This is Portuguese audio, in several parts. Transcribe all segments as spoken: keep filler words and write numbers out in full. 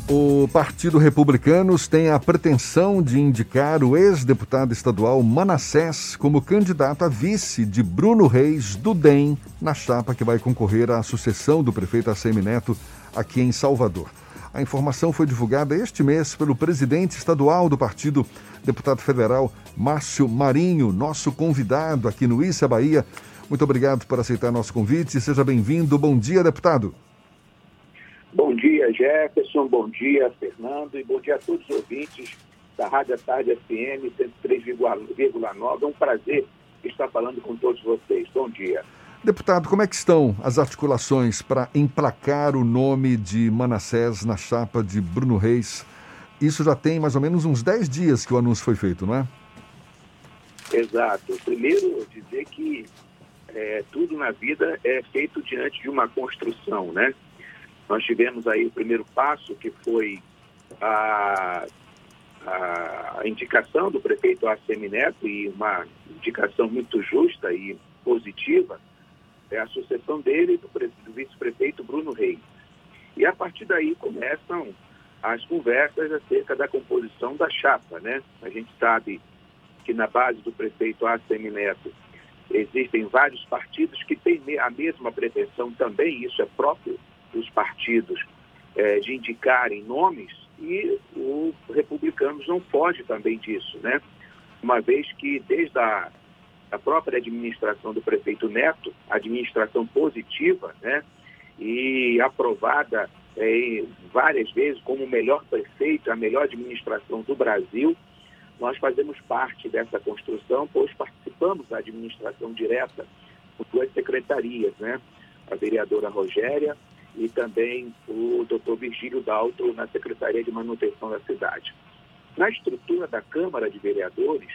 O Partido Republicanos tem a pretensão de indicar o ex-deputado estadual Manassés como candidato a vice de Bruno Reis, do D E M, na chapa que vai concorrer à sucessão do prefeito ACM Neto aqui em Salvador. A informação foi divulgada este mês pelo presidente estadual do partido, deputado federal Márcio Marinho, nosso convidado aqui no Issa Bahia. Muito obrigado por aceitar nosso convite. Seja bem-vindo. Bom dia, deputado. Bom dia, Jefferson, bom dia, Fernando, e bom dia a todos os ouvintes da Rádio Tarde F M cento e três vírgula nove. É um prazer estar falando com todos vocês. Bom dia. Deputado, como é que estão as articulações para emplacar o nome de Manassés na chapa de Bruno Reis? Isso já tem mais ou menos uns dez dias que o anúncio foi feito, não é? Exato. Primeiro, dizer que é, tudo na vida é feito diante de uma construção, né? Nós tivemos aí o primeiro passo, que foi a, a indicação do prefeito ACM Neto, e uma indicação muito justa e positiva, é a sucessão dele do, do vice-prefeito Bruno Reis. E a partir daí começam as conversas acerca da composição da chapa, né? A gente sabe que na base do prefeito ACM Neto existem vários partidos que têm a mesma pretensão também, isso é próprio dos partidos, eh, de indicarem nomes, e o Republicanos não foge também disso, né? Uma vez que desde a, a própria administração do prefeito Neto, administração positiva, né, e aprovada eh, várias vezes como o melhor prefeito, a melhor administração do Brasil, nós fazemos parte dessa construção, pois participamos da administração direta com duas secretarias, né? A vereadora Rogéria e também o doutor Virgílio Dalto na Secretaria de Manutenção da Cidade. Na estrutura da Câmara de Vereadores,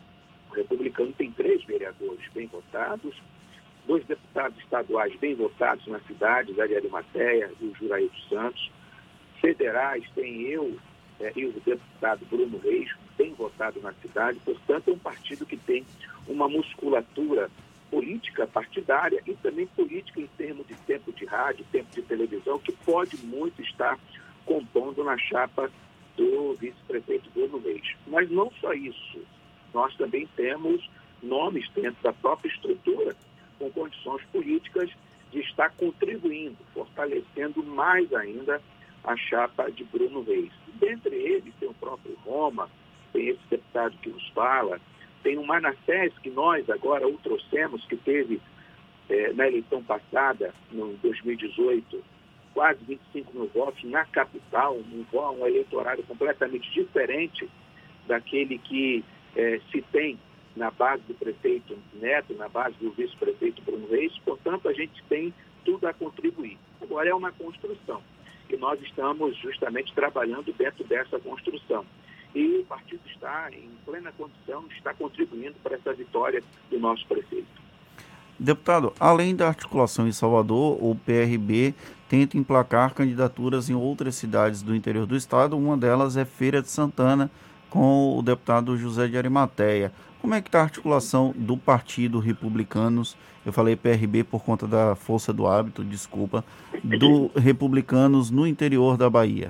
o Republicano tem três vereadores bem votados, dois deputados estaduais bem votados na cidade, Zé de Arimateia e o Juraído Santos. Federais tem eu é, e o deputado Bruno Reis, bem votado na cidade. Portanto, é um partido que tem uma musculatura política partidária e também política em termos de tempo de rádio, tempo de televisão, que pode muito estar compondo na chapa do vice-prefeito Bruno Reis. Mas não só isso, nós também temos nomes dentro da própria estrutura com condições políticas de estar contribuindo, fortalecendo mais ainda a chapa de Bruno Reis. Dentre eles tem o próprio Roma, tem esse deputado que nos fala, tem o Manassés, que nós agora o trouxemos, que teve eh, na eleição passada, no dois mil e dezoito, quase vinte e cinco mil votos na capital, um, um eleitorado completamente diferente daquele que eh, se tem na base do prefeito Neto, na base do vice-prefeito Bruno Reis. Portanto, a gente tem tudo a contribuir. Agora é uma construção e nós estamos justamente trabalhando dentro dessa construção. E o partido está em plena condição, está contribuindo para essa vitória do nosso prefeito. Deputado, além da articulação em Salvador, o P R B tenta emplacar candidaturas em outras cidades do interior do estado. Uma delas é Feira de Santana, com o deputado José de Arimateia. Como é que está a articulação do Partido Republicanos? Eu falei P R B por conta da força do hábito, desculpa, do Republicanos no interior da Bahia.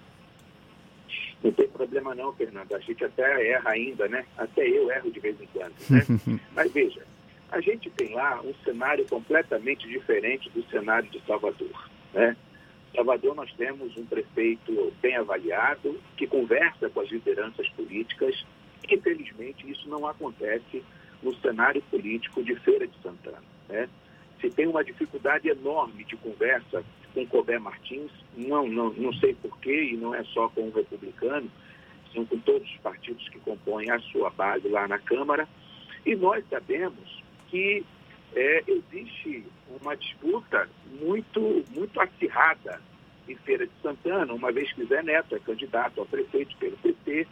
Não tem problema não, Fernando. A gente até erra ainda, né? Até eu erro de vez em quando, né? Mas veja, a gente tem lá um cenário completamente diferente do cenário de Salvador, né? Salvador nós temos um prefeito bem avaliado, que conversa com as lideranças políticas. Infelizmente, isso não acontece no cenário político de Feira de Santana, né? Se tem uma dificuldade enorme de conversa com Cobé Martins, não, não, não sei porquê, e não é só com o Republicano, são com todos os partidos que compõem a sua base lá na Câmara, e nós sabemos que é, existe uma disputa muito, muito acirrada em Feira de Santana, uma vez que Zé Neto é candidato a prefeito pelo P T,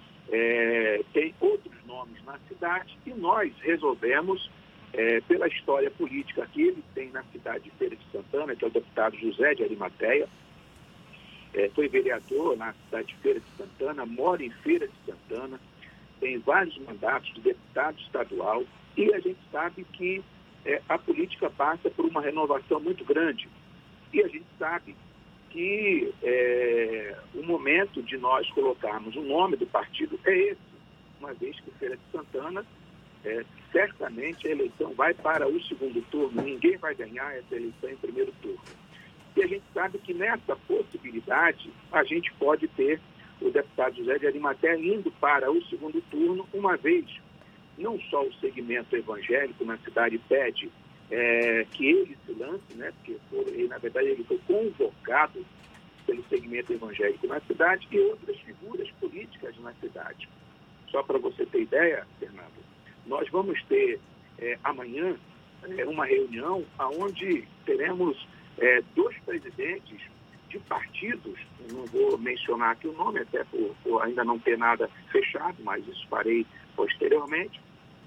é, tem outros nomes na cidade, e nós resolvemos, É, pela história política que ele tem na cidade de Feira de Santana, que é o deputado José de Arimateia, é, foi vereador na cidade de Feira de Santana, mora em Feira de Santana, tem vários mandatos de deputado estadual, e a gente sabe que é, a política passa por uma renovação muito grande. E a gente sabe que é, o momento de nós colocarmos o nome do partido é esse, uma vez que Feira de Santana, é, certamente a eleição vai para o segundo turno, ninguém vai ganhar essa eleição em primeiro turno. E a gente sabe que nessa possibilidade a gente pode ter o deputado José de Arimateia indo para o segundo turno, uma vez não só o segmento evangélico na cidade pede é, que ele se lance, né, porque ele, na verdade ele foi convocado pelo segmento evangélico na cidade e outras figuras políticas na cidade. Só para você ter ideia, Fernando, nós vamos ter é, amanhã é, uma reunião onde teremos é, dois presidentes de partidos, não vou mencionar aqui o nome, até por, por ainda não ter nada fechado, mas isso farei posteriormente,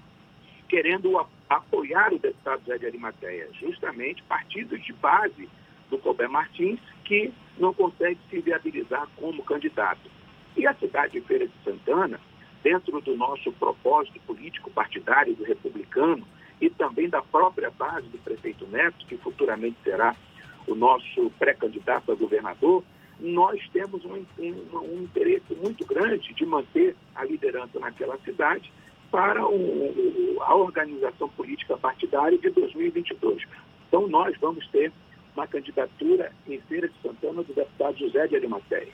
querendo a, apoiar o deputado Zé de Arimateia, justamente partidos de base do Colbert Martins, que não consegue se viabilizar como candidato. E a cidade de Feira de Santana, dentro do nosso propósito político partidário do republicano e também da própria base do prefeito Neto, que futuramente será o nosso pré-candidato a governador, nós temos um, um, um interesse muito grande de manter a liderança naquela cidade para o, a organização política partidária de dois mil e vinte e dois. Então, nós vamos ter uma candidatura em Feira de Santana do deputado José de Arimateia.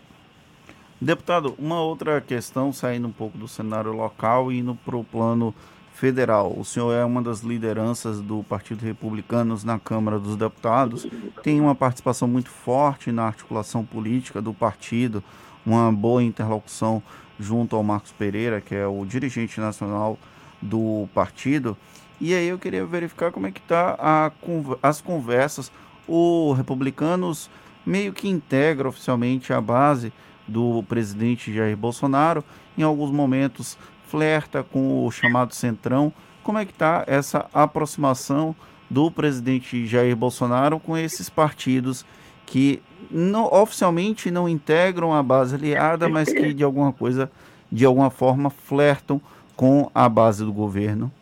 Deputado, uma outra questão, saindo um pouco do cenário local e indo para o plano federal. O senhor é uma das lideranças do Partido Republicanos na Câmara dos Deputados, tem uma participação muito forte na articulação política do partido, uma boa interlocução junto ao Marcos Pereira, que é o dirigente nacional do partido. E aí eu queria verificar como é que está as conversas. O Republicanos meio que integra oficialmente a base do presidente Jair Bolsonaro, em alguns momentos flerta com o chamado Centrão. Como é que está essa aproximação do presidente Jair Bolsonaro com esses partidos que não, oficialmente não integram a base aliada, mas que de alguma coisa, de alguma forma, flertam com a base do governo?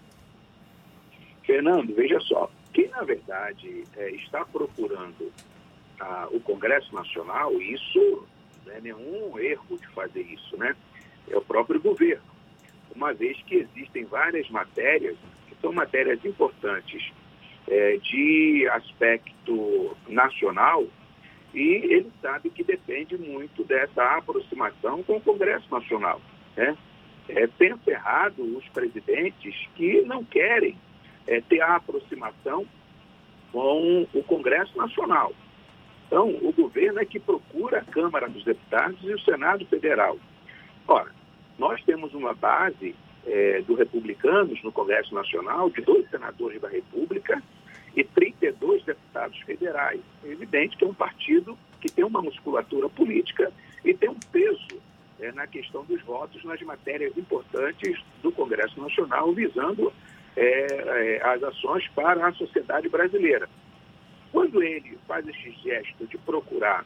Fernando, veja só, quem na verdade é, está procurando ah, o Congresso Nacional, isso não é nenhum erro de fazer isso, né? É o próprio governo, uma vez que existem várias matérias, que são matérias importantes é, de aspecto nacional, e ele sabe que depende muito dessa aproximação com o Congresso Nacional, né? É, pensa errado os presidentes que não querem é, ter a aproximação com o Congresso Nacional. Então, o governo é que procura a Câmara dos Deputados e o Senado Federal. Ora, nós temos uma base é, do Republicanos no Congresso Nacional de dois senadores da República e trinta e dois deputados federais. É evidente que é um partido que tem uma musculatura política e tem um peso é, na questão dos votos nas matérias importantes do Congresso Nacional, visando é, é, as ações para a sociedade brasileira. Quando ele faz esse gesto de procurar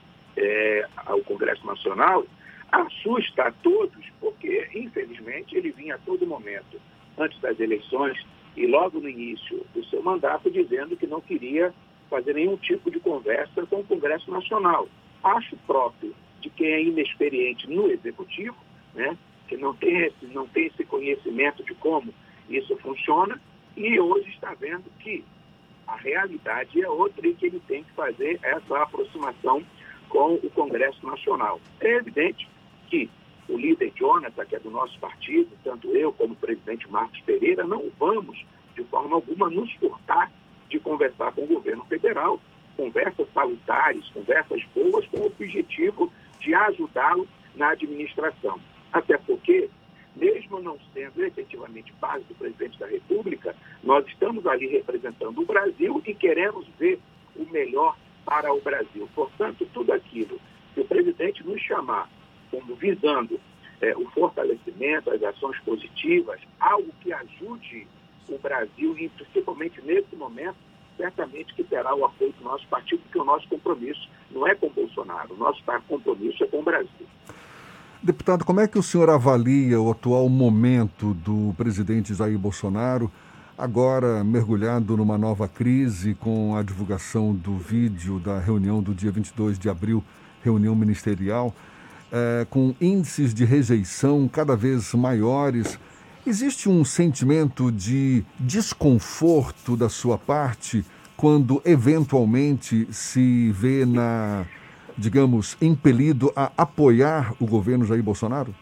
é, ao Congresso Nacional, assusta a todos, porque, infelizmente, ele vinha a todo momento, antes das eleições e logo no início do seu mandato, dizendo que não queria fazer nenhum tipo de conversa com o Congresso Nacional. Acho próprio de quem é inexperiente no Executivo, né, que não tem, esse, não tem esse conhecimento de como isso funciona, e hoje está vendo que a realidade é outra e que ele tem que fazer essa aproximação com o Congresso Nacional. É evidente que o líder Jonathan, que é do nosso partido, tanto eu como o presidente Marcos Pereira, não vamos, de forma alguma, nos furtar de conversar com o governo federal, conversas salutares, conversas boas, com o objetivo de ajudá-lo na administração. Até porque, mesmo não sendo efetivamente base do presidente da República, nós estamos ali representando o Brasil e queremos ver o melhor para o Brasil. Portanto, tudo aquilo que o presidente nos chamar como visando é, o fortalecimento, as ações positivas, algo que ajude o Brasil, e principalmente nesse momento, certamente que terá o apoio do nosso partido, porque o nosso compromisso não é com o Bolsonaro, o nosso compromisso é com o Brasil. Deputado, como é que o senhor avalia o atual momento do presidente Jair Bolsonaro, agora mergulhado numa nova crise com a divulgação do vídeo da reunião do dia vinte e dois de abril reunião ministerial, é, com índices de rejeição cada vez maiores. Existe um sentimento de desconforto da sua parte quando eventualmente se vê na, digamos, impelido a apoiar o governo Jair Bolsonaro?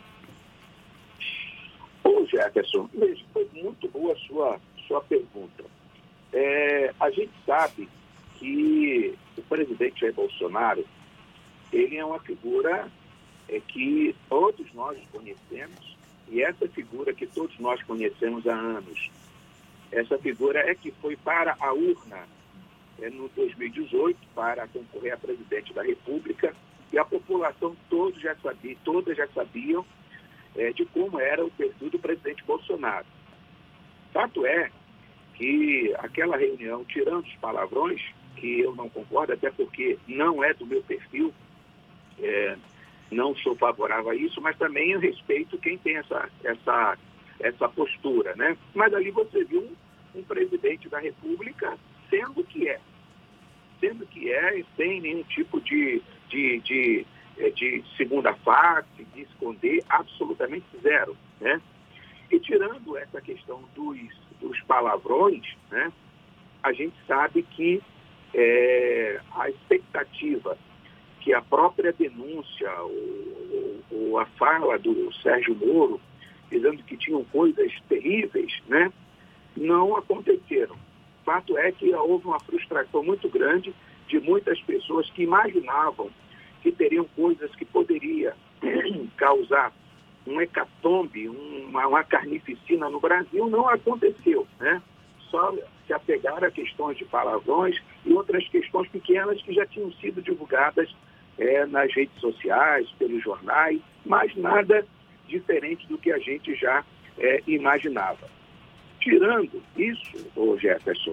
Ô, Jefferson, foi muito boa a sua, sua pergunta. É, a gente sabe que o presidente Jair Bolsonaro, ele é uma figura é, que todos nós conhecemos, e essa figura que todos nós conhecemos há anos, essa figura é que foi para a urna é, no dois mil e dezoito para concorrer a presidente da República, e a população todos já sabia, todas já sabiam é, de como era o perfil do presidente Bolsonaro. Fato é que aquela reunião, tirando os palavrões, que eu não concordo, até porque não é do meu perfil, é, não sou favorável a isso, mas também eu respeito quem tem essa, essa, essa postura, né? Mas ali você viu um, um presidente da República sendo que é, sendo que é, sem nenhum tipo de, de, de, de segunda face, de esconder, absolutamente zero, né? E tirando essa questão dos, dos palavrões, né, a gente sabe que é, a expectativa que a própria denúncia ou, ou a fala do Sérgio Moro, dizendo que tinham coisas terríveis, né, não aconteceram. Fato é que houve uma frustração muito grande de muitas pessoas que imaginavam que teriam coisas que poderiam causar um hecatombe, uma, uma carnificina no Brasil. Não aconteceu, né? Só se apegaram a questões de palavrões e outras questões pequenas que já tinham sido divulgadas é, nas redes sociais, pelos jornais, mas nada diferente do que a gente já é, imaginava. Tirando isso, ô Jefferson,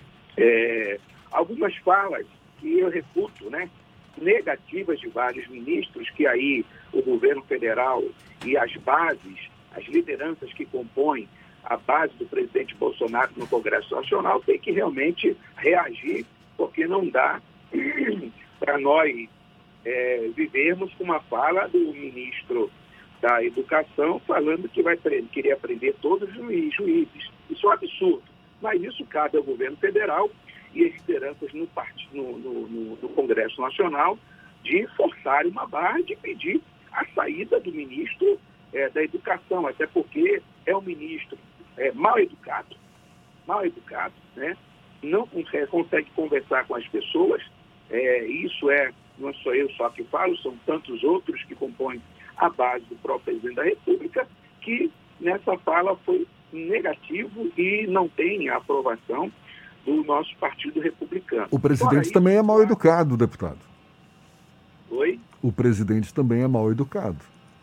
é, algumas falas que eu refuto, né, negativas de vários ministros, que aí o governo federal e as bases, as lideranças que compõem a base do presidente Bolsonaro no Congresso Nacional têm que realmente reagir, porque não dá para nós é, vivermos com uma fala do ministro da Educação falando que vai querer prender todos os juízes. Isso é um absurdo, mas isso cabe ao governo federal e as lideranças no, no, no, no Congresso Nacional de forçar uma barra, de pedir a saída do ministro é, da Educação, até porque é um ministro é, mal educado, mal educado, né? Não consegue, consegue conversar com as pessoas, é, isso é, não sou eu só que falo, são tantos outros que compõem a base do próprio presidente da República, que nessa fala foi negativo e não tem a aprovação do nosso Partido Republicano. O presidente Fora também isso, é mal educado, deputado. Oi? O presidente também é mal educado.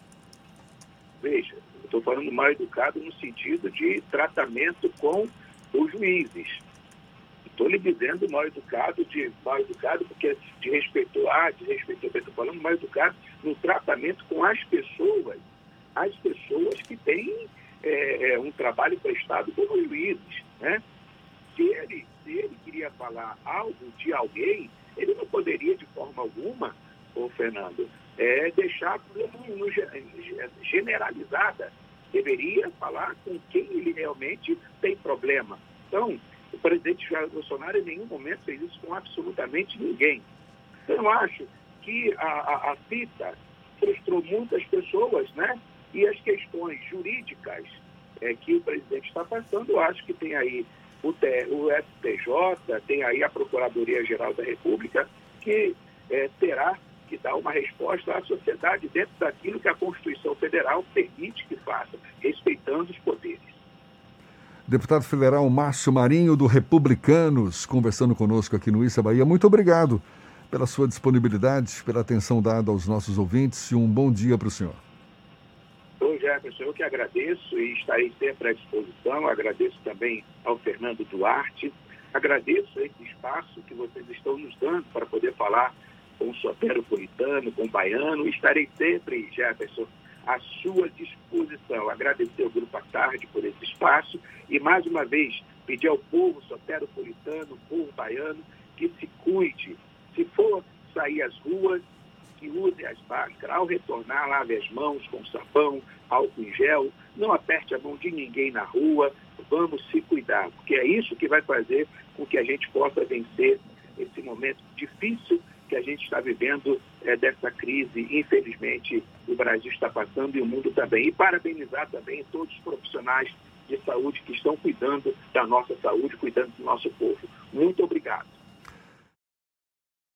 Veja, eu estou falando mal educado no sentido de tratamento com os juízes. Estou lhe dizendo mal educado, de mal educado porque desrespeitou A, desrespeitou B. Estou falando mal educado no tratamento com as pessoas, as pessoas que têm é, um trabalho prestado como juízes, né? Se ele, se ele queria falar algo de alguém, ele não poderia, de forma alguma, ô Fernando, é, deixar no, no, generalizada. Deveria falar com quem ele realmente tem problema. Então, o presidente Jair Bolsonaro em nenhum momento fez isso com absolutamente ninguém. Eu acho que a, a, a fita frustrou muitas pessoas, né? E as questões jurídicas é, que o presidente está passando, eu acho que tem aí o, T, o S T J, tem aí a Procuradoria-Geral da República, que é, terá que dar uma resposta à sociedade dentro daquilo que a Constituição Federal permite que faça, respeitando os poderes. Deputado Federal Márcio Marinho, do Republicanos, conversando conosco aqui no Issa Bahia. Muito obrigado pela sua disponibilidade, pela atenção dada aos nossos ouvintes e um bom dia para o senhor. Ô Jefferson, eu que agradeço e estarei sempre à disposição. Agradeço também ao Fernando Duarte. Agradeço esse espaço que vocês estão nos dando para poder falar com o soteropolitano, com o baiano. Estarei sempre, Jefferson, à sua disposição. Agradecer ao Grupo à Tarde por esse espaço e, mais uma vez, pedir ao povo soteropolitano, povo baiano, que se cuide. Se for sair às ruas, que as máscaras, ao retornar, lave as mãos com sabão, álcool em gel, não aperte a mão de ninguém na rua, vamos se cuidar, porque é isso que vai fazer com que a gente possa vencer esse momento difícil que a gente está vivendo, é, dessa crise, infelizmente, o Brasil está passando e o mundo também. E parabenizar também todos os profissionais de saúde que estão cuidando da nossa saúde, cuidando do nosso povo. Muito obrigado.